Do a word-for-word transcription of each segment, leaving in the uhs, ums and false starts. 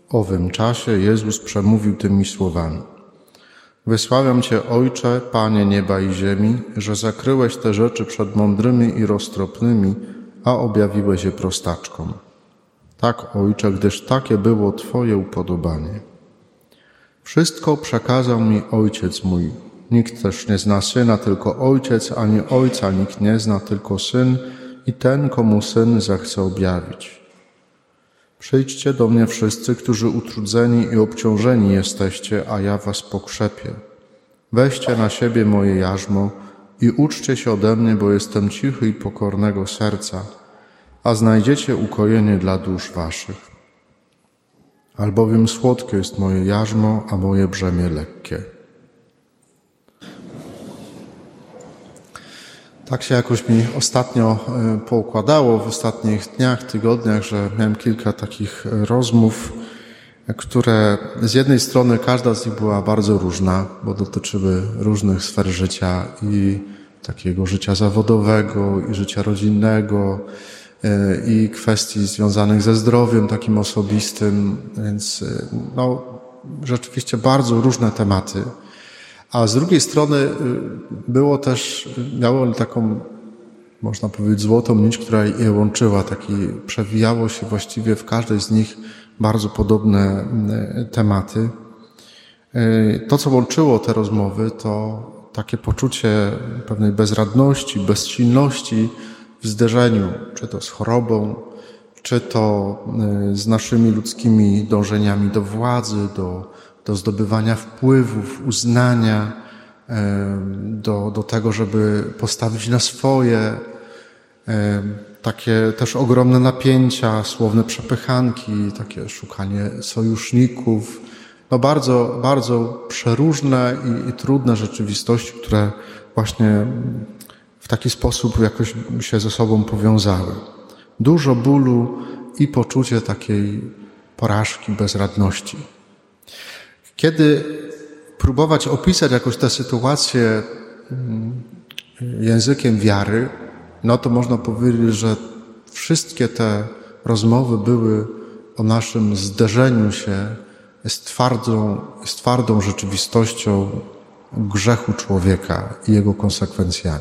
owym czasie Jezus przemówił tymi słowami: Wysławiam Cię, Ojcze, Panie nieba i ziemi, że zakryłeś te rzeczy przed mądrymi i roztropnymi, a objawiłeś je prostaczkom. Tak, Ojcze, gdyż takie było Twoje upodobanie. Wszystko przekazał mi Ojciec mój. Nikt też nie zna Syna, tylko Ojciec, ani Ojca nikt nie zna, tylko Syn i ten, komu Syn zechce objawić. Przyjdźcie do mnie wszyscy, którzy utrudzeni i obciążeni jesteście, a ja was pokrzepię. Weźcie na siebie moje jarzmo i uczcie się ode mnie, bo jestem cichy i pokornego serca, a znajdziecie ukojenie dla dusz waszych. Albowiem słodkie jest moje jarzmo, a moje brzemię lekkie. Tak się jakoś mi ostatnio poukładało w ostatnich dniach, tygodniach, że miałem kilka takich rozmów, które z jednej strony każda z nich była bardzo różna, bo dotyczyły różnych sfer życia i takiego życia zawodowego, i życia rodzinnego, i kwestii związanych ze zdrowiem takim osobistym, więc no, rzeczywiście bardzo różne tematy. A z drugiej strony było też, miało taką, można powiedzieć, złotą nić, która je łączyła, taki, przewijało się właściwie w każdej z nich bardzo podobne tematy. To, co łączyło te rozmowy, to takie poczucie pewnej bezradności, bezsilności w zderzeniu, czy to z chorobą, czy to z naszymi ludzkimi dążeniami do władzy, do, do zdobywania wpływów, uznania, do, do tego, żeby postawić na swoje, takie też ogromne napięcia, słowne przepychanki, takie szukanie sojuszników, no bardzo, bardzo przeróżne i, i trudne rzeczywistości, które właśnie w taki sposób jakoś się ze sobą powiązały. Dużo bólu i poczucie takiej porażki, bezradności. Kiedy próbować opisać jakoś tę sytuację językiem wiary, no to można powiedzieć, że wszystkie te rozmowy były o naszym zderzeniu się z twardą, z twardą rzeczywistością grzechu człowieka i jego konsekwencjami.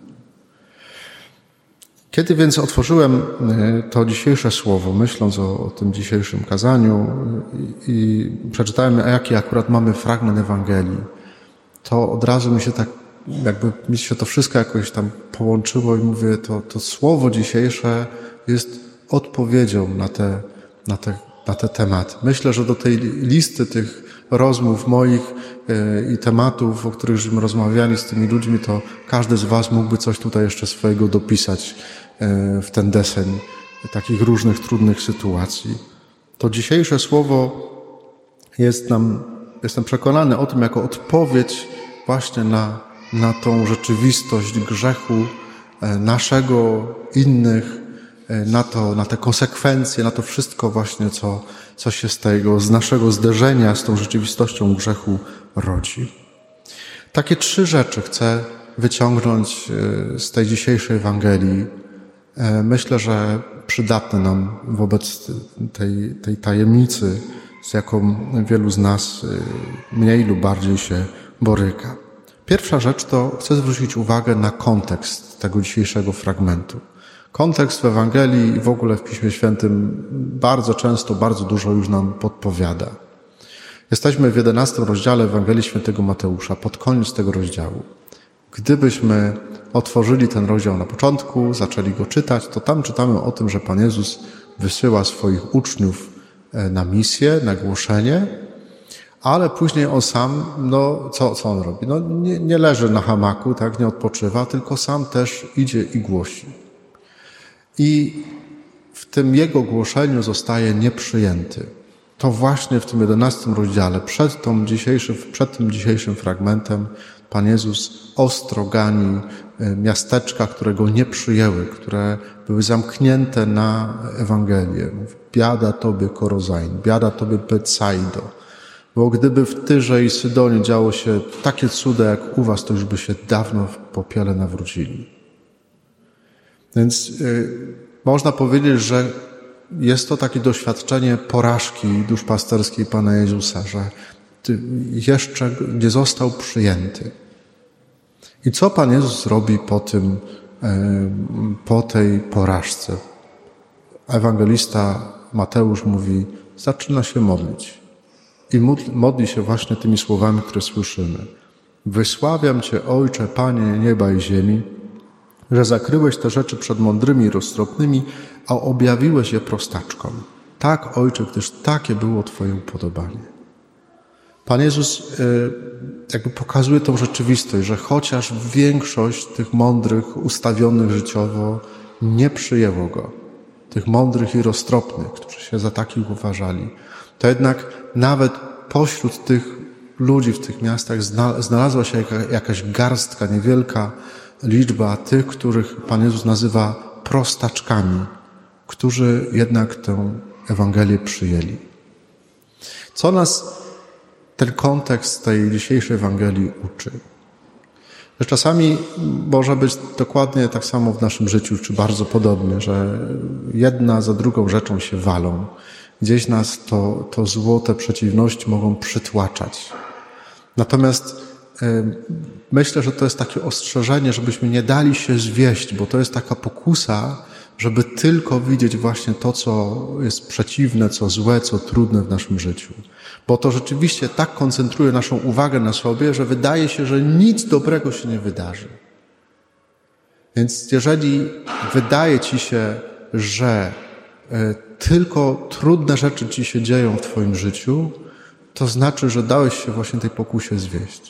Kiedy więc otworzyłem to dzisiejsze słowo, myśląc o, o tym dzisiejszym kazaniu i, i przeczytałem, jaki akurat mamy fragment Ewangelii, to od razu mi się tak, jakby mi się to wszystko jakoś tam połączyło i mówię, to, to słowo dzisiejsze jest odpowiedzią na te, na te, na te tematy. Myślę, że do tej listy tych rozmów moich yy, i tematów, o których żeśmy rozmawiali z tymi ludźmi, to każdy z was mógłby coś tutaj jeszcze swojego dopisać yy, w ten deseń takich różnych trudnych sytuacji. To dzisiejsze słowo jest nam, jestem przekonany o tym, jako odpowiedź właśnie na, na tą rzeczywistość grzechu yy, naszego, innych, na to, na te konsekwencje, na to wszystko właśnie, co, co się z tego, z naszego zderzenia z tą rzeczywistością grzechu rodzi. Takie trzy rzeczy chcę wyciągnąć z tej dzisiejszej Ewangelii. Myślę, że przydatne nam wobec tej, tej tajemnicy, z jaką wielu z nas mniej lub bardziej się boryka. Pierwsza rzecz to chcę zwrócić uwagę na kontekst tego dzisiejszego fragmentu. Kontekst w Ewangelii i w ogóle w Piśmie Świętym bardzo często, bardzo dużo już nam podpowiada. Jesteśmy w jedenastym rozdziale Ewangelii Świętego Mateusza, pod koniec tego rozdziału. Gdybyśmy otworzyli ten rozdział na początku, zaczęli go czytać, to tam czytamy o tym, że Pan Jezus wysyła swoich uczniów na misję, na głoszenie, ale później on sam, no co, co on robi? No nie, nie leży na hamaku, tak, nie odpoczywa, tylko sam też idzie i głosi. I w tym jego głoszeniu zostaje nieprzyjęty. To właśnie w tym jedenastym rozdziale, przed, tą dzisiejszym, przed tym dzisiejszym fragmentem, Pan Jezus ostro gani miasteczka, które go nie przyjęły, które były zamknięte na Ewangelię. Mówi, biada tobie Korozain, biada tobie Betsaido, bo gdyby w Tyrze i Sydonie działo się takie cuda jak u was, to już by się dawno w popiele nawrócili. Więc yy, można powiedzieć, że jest to takie doświadczenie porażki duszpasterskiej Pana Jezusa, że jeszcze nie został przyjęty. I co Pan Jezus robi po tym, po tej porażce? Ewangelista Mateusz mówi, zaczyna się modlić. I modli się właśnie tymi słowami, które słyszymy. Wysławiam Cię, Ojcze, Panie nieba i ziemi, że zakryłeś te rzeczy przed mądrymi i roztropnymi, a objawiłeś je prostaczkom. Tak, Ojcze, gdyż takie było Twoje upodobanie. Pan Jezus jakby pokazuje tą rzeczywistość, że chociaż większość tych mądrych, ustawionych życiowo nie przyjęło Go, tych mądrych i roztropnych, którzy się za takich uważali, to jednak nawet pośród tych ludzi w tych miastach znalazła się jakaś garstka, niewielka liczba tych, których Pan Jezus nazywa prostaczkami, którzy jednak tę Ewangelię przyjęli. Co nas ten kontekst tej dzisiejszej Ewangelii uczy? Że czasami może być dokładnie tak samo w naszym życiu, czy bardzo podobnie, że jedna za drugą rzeczą się walą. Gdzieś nas to, to zło, te przeciwności mogą przytłaczać. Natomiast y, myślę, że to jest takie ostrzeżenie, żebyśmy nie dali się zwieść, bo to jest taka pokusa, żeby tylko widzieć właśnie to, co jest przeciwne, co złe, co trudne w naszym życiu. Bo to rzeczywiście tak koncentruje naszą uwagę na sobie, że wydaje się, że nic dobrego się nie wydarzy. Więc jeżeli wydaje ci się, że y, tylko trudne rzeczy ci się dzieją w twoim życiu, to znaczy, że dałeś się właśnie tej pokusie zwieść.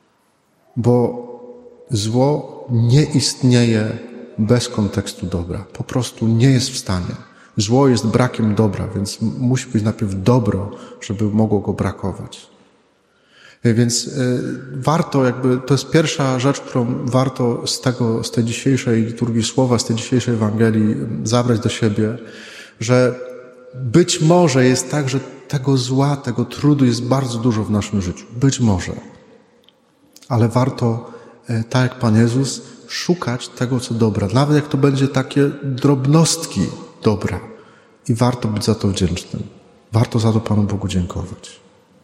Bo zło nie istnieje bez kontekstu dobra. Po prostu nie jest w stanie. Zło jest brakiem dobra, więc musi być najpierw dobro, żeby mogło go brakować. Więc y, warto jakby, to jest pierwsza rzecz, którą warto z tego, z tej dzisiejszej liturgii słowa, z tej dzisiejszej Ewangelii zabrać do siebie, że być może jest tak, że tego zła, tego trudu jest bardzo dużo w naszym życiu. Być może. Ale warto, y, tak jak Pan Jezus, szukać tego, co dobra. Nawet jak to będzie takie drobnostki dobra. I warto być za to wdzięcznym. Warto za to Panu Bogu dziękować.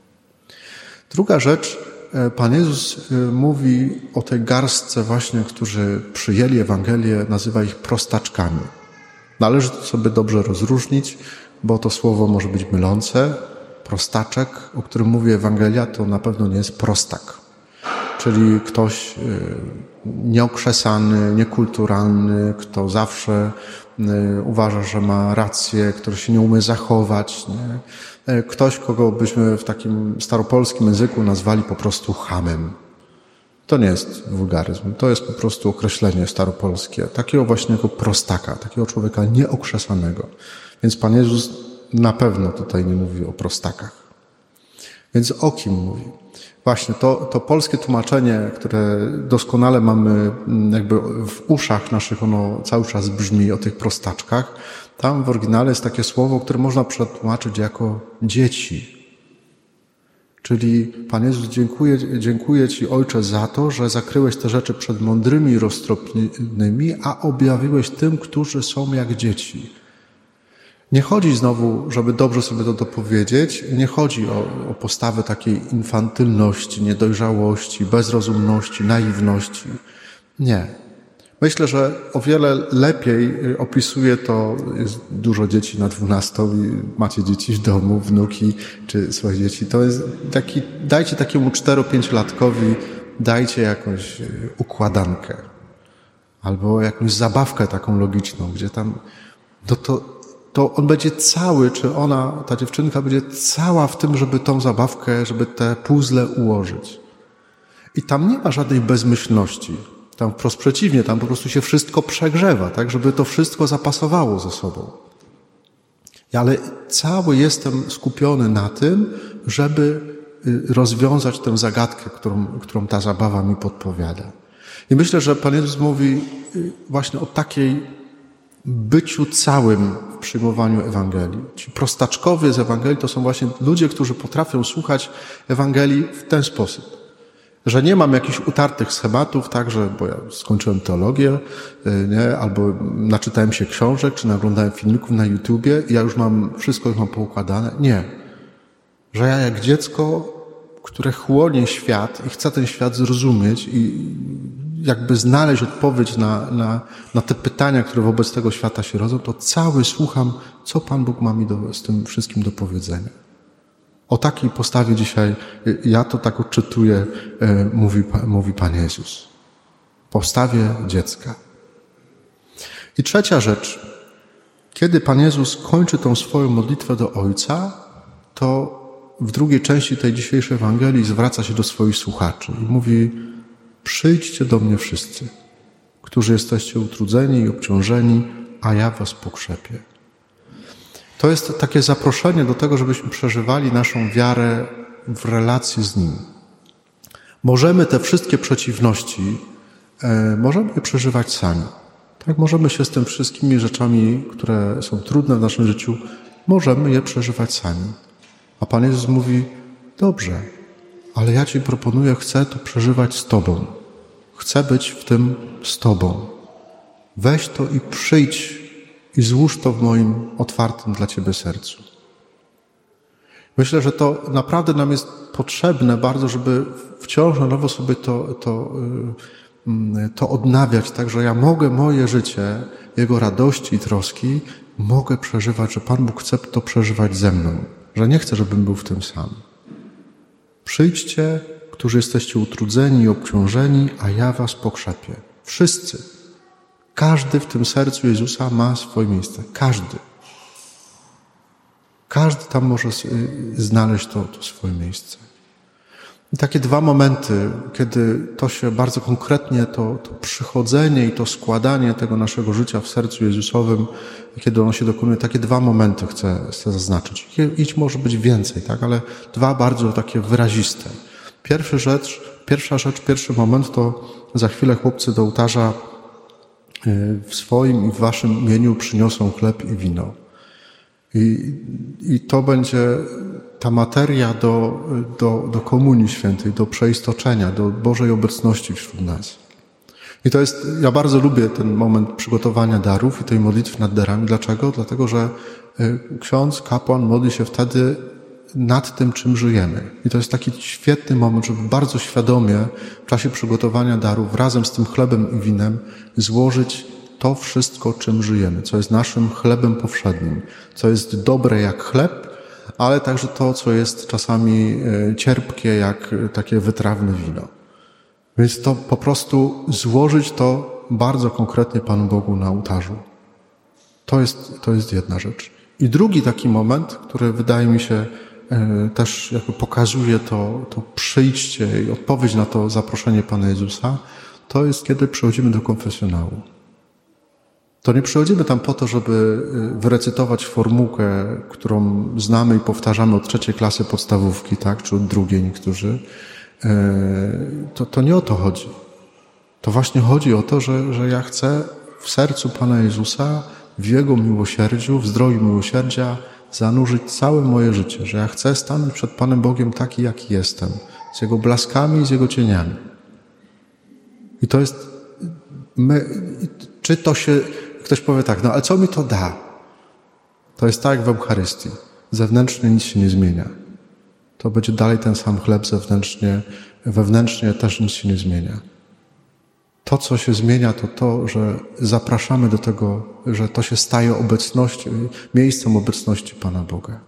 Druga rzecz, Pan Jezus mówi o tej garstce właśnie, którzy przyjęli Ewangelię, nazywa ich prostaczkami. Należy to sobie dobrze rozróżnić, bo to słowo może być mylące. Prostaczek, o którym mówi Ewangelia, to na pewno nie jest prostak. Czyli ktoś nieokrzesany, niekulturalny, kto zawsze uważa, że ma rację, który się nie umie zachować. Nie? Ktoś, kogo byśmy w takim staropolskim języku nazwali po prostu chamem. To nie jest wulgaryzm, to jest po prostu określenie staropolskie. Takiego właśnie jako prostaka, takiego człowieka nieokrzesanego. Więc Pan Jezus na pewno tutaj nie mówi o prostakach. Więc o kim mówi? Właśnie to, to polskie tłumaczenie, które doskonale mamy jakby w uszach naszych, ono cały czas brzmi o tych prostaczkach. Tam w oryginale jest takie słowo, które można przetłumaczyć jako dzieci. Czyli Pan Jezus, dziękuję, dziękuję Ci, Ojcze, za to, że zakryłeś te rzeczy przed mądrymi i roztropnymi, a objawiłeś tym, którzy są jak dzieci. Nie chodzi znowu, żeby dobrze sobie to dopowiedzieć, nie chodzi o, o postawę takiej infantylności, niedojrzałości, bezrozumności, naiwności. Nie. Myślę, że o wiele lepiej opisuje to, jest dużo dzieci na dwunastu i macie dzieci w domu, wnuki czy swoje dzieci. To jest taki, dajcie takiemu cztero-pięciolatkowi, dajcie jakąś układankę albo jakąś zabawkę taką logiczną, gdzie tam, no to to on będzie cały, czy ona, ta dziewczynka będzie cała w tym, żeby tą zabawkę, żeby te puzzle ułożyć. I tam nie ma żadnej bezmyślności. Tam wprost przeciwnie, tam po prostu się wszystko przegrzewa, tak, żeby to wszystko zapasowało ze sobą. Ale cały jestem skupiony na tym, żeby rozwiązać tę zagadkę, którą, którą ta zabawa mi podpowiada. I myślę, że Pan Jezus mówi właśnie o takiej byciu całym w przyjmowaniu Ewangelii. Ci prostaczkowie z Ewangelii to są właśnie ludzie, którzy potrafią słuchać Ewangelii w ten sposób, Że nie mam jakichś utartych schematów, tak, że, bo ja skończyłem teologię, nie, albo naczytałem się książek, czy naglądałem filmików na YouTubie i ja już mam, wszystko już mam poukładane. Nie. Że ja jak dziecko, które chłonie świat i chce ten świat zrozumieć i jakby znaleźć odpowiedź na, na, na te pytania, które wobec tego świata się rodzą, to cały słucham, co Pan Bóg ma mi do, z tym wszystkim do powiedzenia. O takiej postawie dzisiaj, ja to tak odczytuję, mówi, mówi Pan Jezus. Postawie dziecka. I trzecia rzecz. Kiedy Pan Jezus kończy tą swoją modlitwę do Ojca, to w drugiej części tej dzisiejszej Ewangelii zwraca się do swoich słuchaczy i mówi: przyjdźcie do mnie wszyscy, którzy jesteście utrudzeni i obciążeni, a ja was pokrzepię. To jest takie zaproszenie do tego, żebyśmy przeżywali naszą wiarę w relacji z Nim. Możemy te wszystkie przeciwności, e, możemy je przeżywać sami. Tak, możemy się z tym wszystkimi rzeczami, które są trudne w naszym życiu, możemy je przeżywać sami. A Pan Jezus mówi: dobrze, ale ja Ci proponuję, chcę to przeżywać z Tobą. Chcę być w tym z Tobą. Weź to i przyjdź i złóż to w moim otwartym dla Ciebie sercu. Myślę, że to naprawdę nam jest potrzebne bardzo, żeby wciąż na nowo sobie to, to, to odnawiać, tak, że ja mogę moje życie, Jego radości i troski, mogę przeżywać, że Pan Bóg chce to przeżywać ze mną, że nie chce, żebym był w tym sam. Przyjdźcie, którzy jesteście utrudzeni i obciążeni, a ja was pokrzepię. Wszyscy. Każdy w tym sercu Jezusa ma swoje miejsce. Każdy. Każdy tam może znaleźć to, to swoje miejsce. I takie dwa momenty, kiedy to się bardzo konkretnie, to, to przychodzenie i to składanie tego naszego życia w sercu Jezusowym, kiedy ono się dokonuje, takie dwa momenty chcę, chcę zaznaczyć. Ich może być więcej, tak, ale dwa bardzo takie wyraziste. Pierwsza rzecz, pierwsza rzecz, pierwszy moment to za chwilę chłopcy do ołtarza w swoim i w waszym imieniu przyniosą chleb i wino. I, i to będzie ta materia do, do, do komunii świętej, do przeistoczenia, do Bożej obecności wśród nas. I to jest, ja bardzo lubię ten moment przygotowania darów i tej modlitwy nad darami. Dlaczego? Dlatego, że ksiądz, kapłan modli się wtedy nad tym, czym żyjemy. I to jest taki świetny moment, żeby bardzo świadomie w czasie przygotowania darów razem z tym chlebem i winem złożyć to wszystko, czym żyjemy, co jest naszym chlebem powszednim, co jest dobre jak chleb, ale także to, co jest czasami cierpkie jak takie wytrawne wino. Więc to po prostu złożyć to bardzo konkretnie Panu Bogu na ołtarzu. To jest, to jest jedna rzecz. I drugi taki moment, który wydaje mi się też jakby pokazuje to, to przyjście i odpowiedź na to zaproszenie Pana Jezusa, to jest, kiedy przychodzimy do konfesjonału. To nie przychodzimy tam po to, żeby wyrecytować formułkę, którą znamy i powtarzamy od trzeciej klasy podstawówki, tak, czy od drugiej niektórzy. To, to nie o to chodzi. To właśnie chodzi o to, że, że ja chcę w sercu Pana Jezusa, w Jego miłosierdziu, w zdroju miłosierdzia zanurzyć całe moje życie, że ja chcę stanąć przed Panem Bogiem taki, jaki jestem, z Jego blaskami i z Jego cieniami. I to jest, my, czy to się, ktoś powie tak, no ale co mi to da? To jest tak jak w Eucharystii. Zewnętrznie nic się nie zmienia. To będzie dalej ten sam chleb, zewnętrznie, wewnętrznie też nic się nie zmienia. To, co się zmienia, to to, że zapraszamy do tego, że to się staje obecnością, miejscem obecności Pana Boga.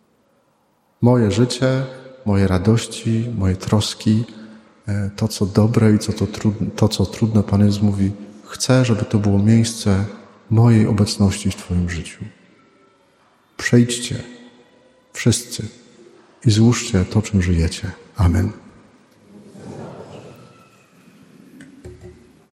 Moje życie, moje radości, moje troski, to, co dobre i co to, trudne, to, co trudne, Pan Jezus mówi, chcę, żeby to było miejsce mojej obecności w Twoim życiu. Przyjdźcie, wszyscy, i złóżcie to, czym żyjecie. Amen.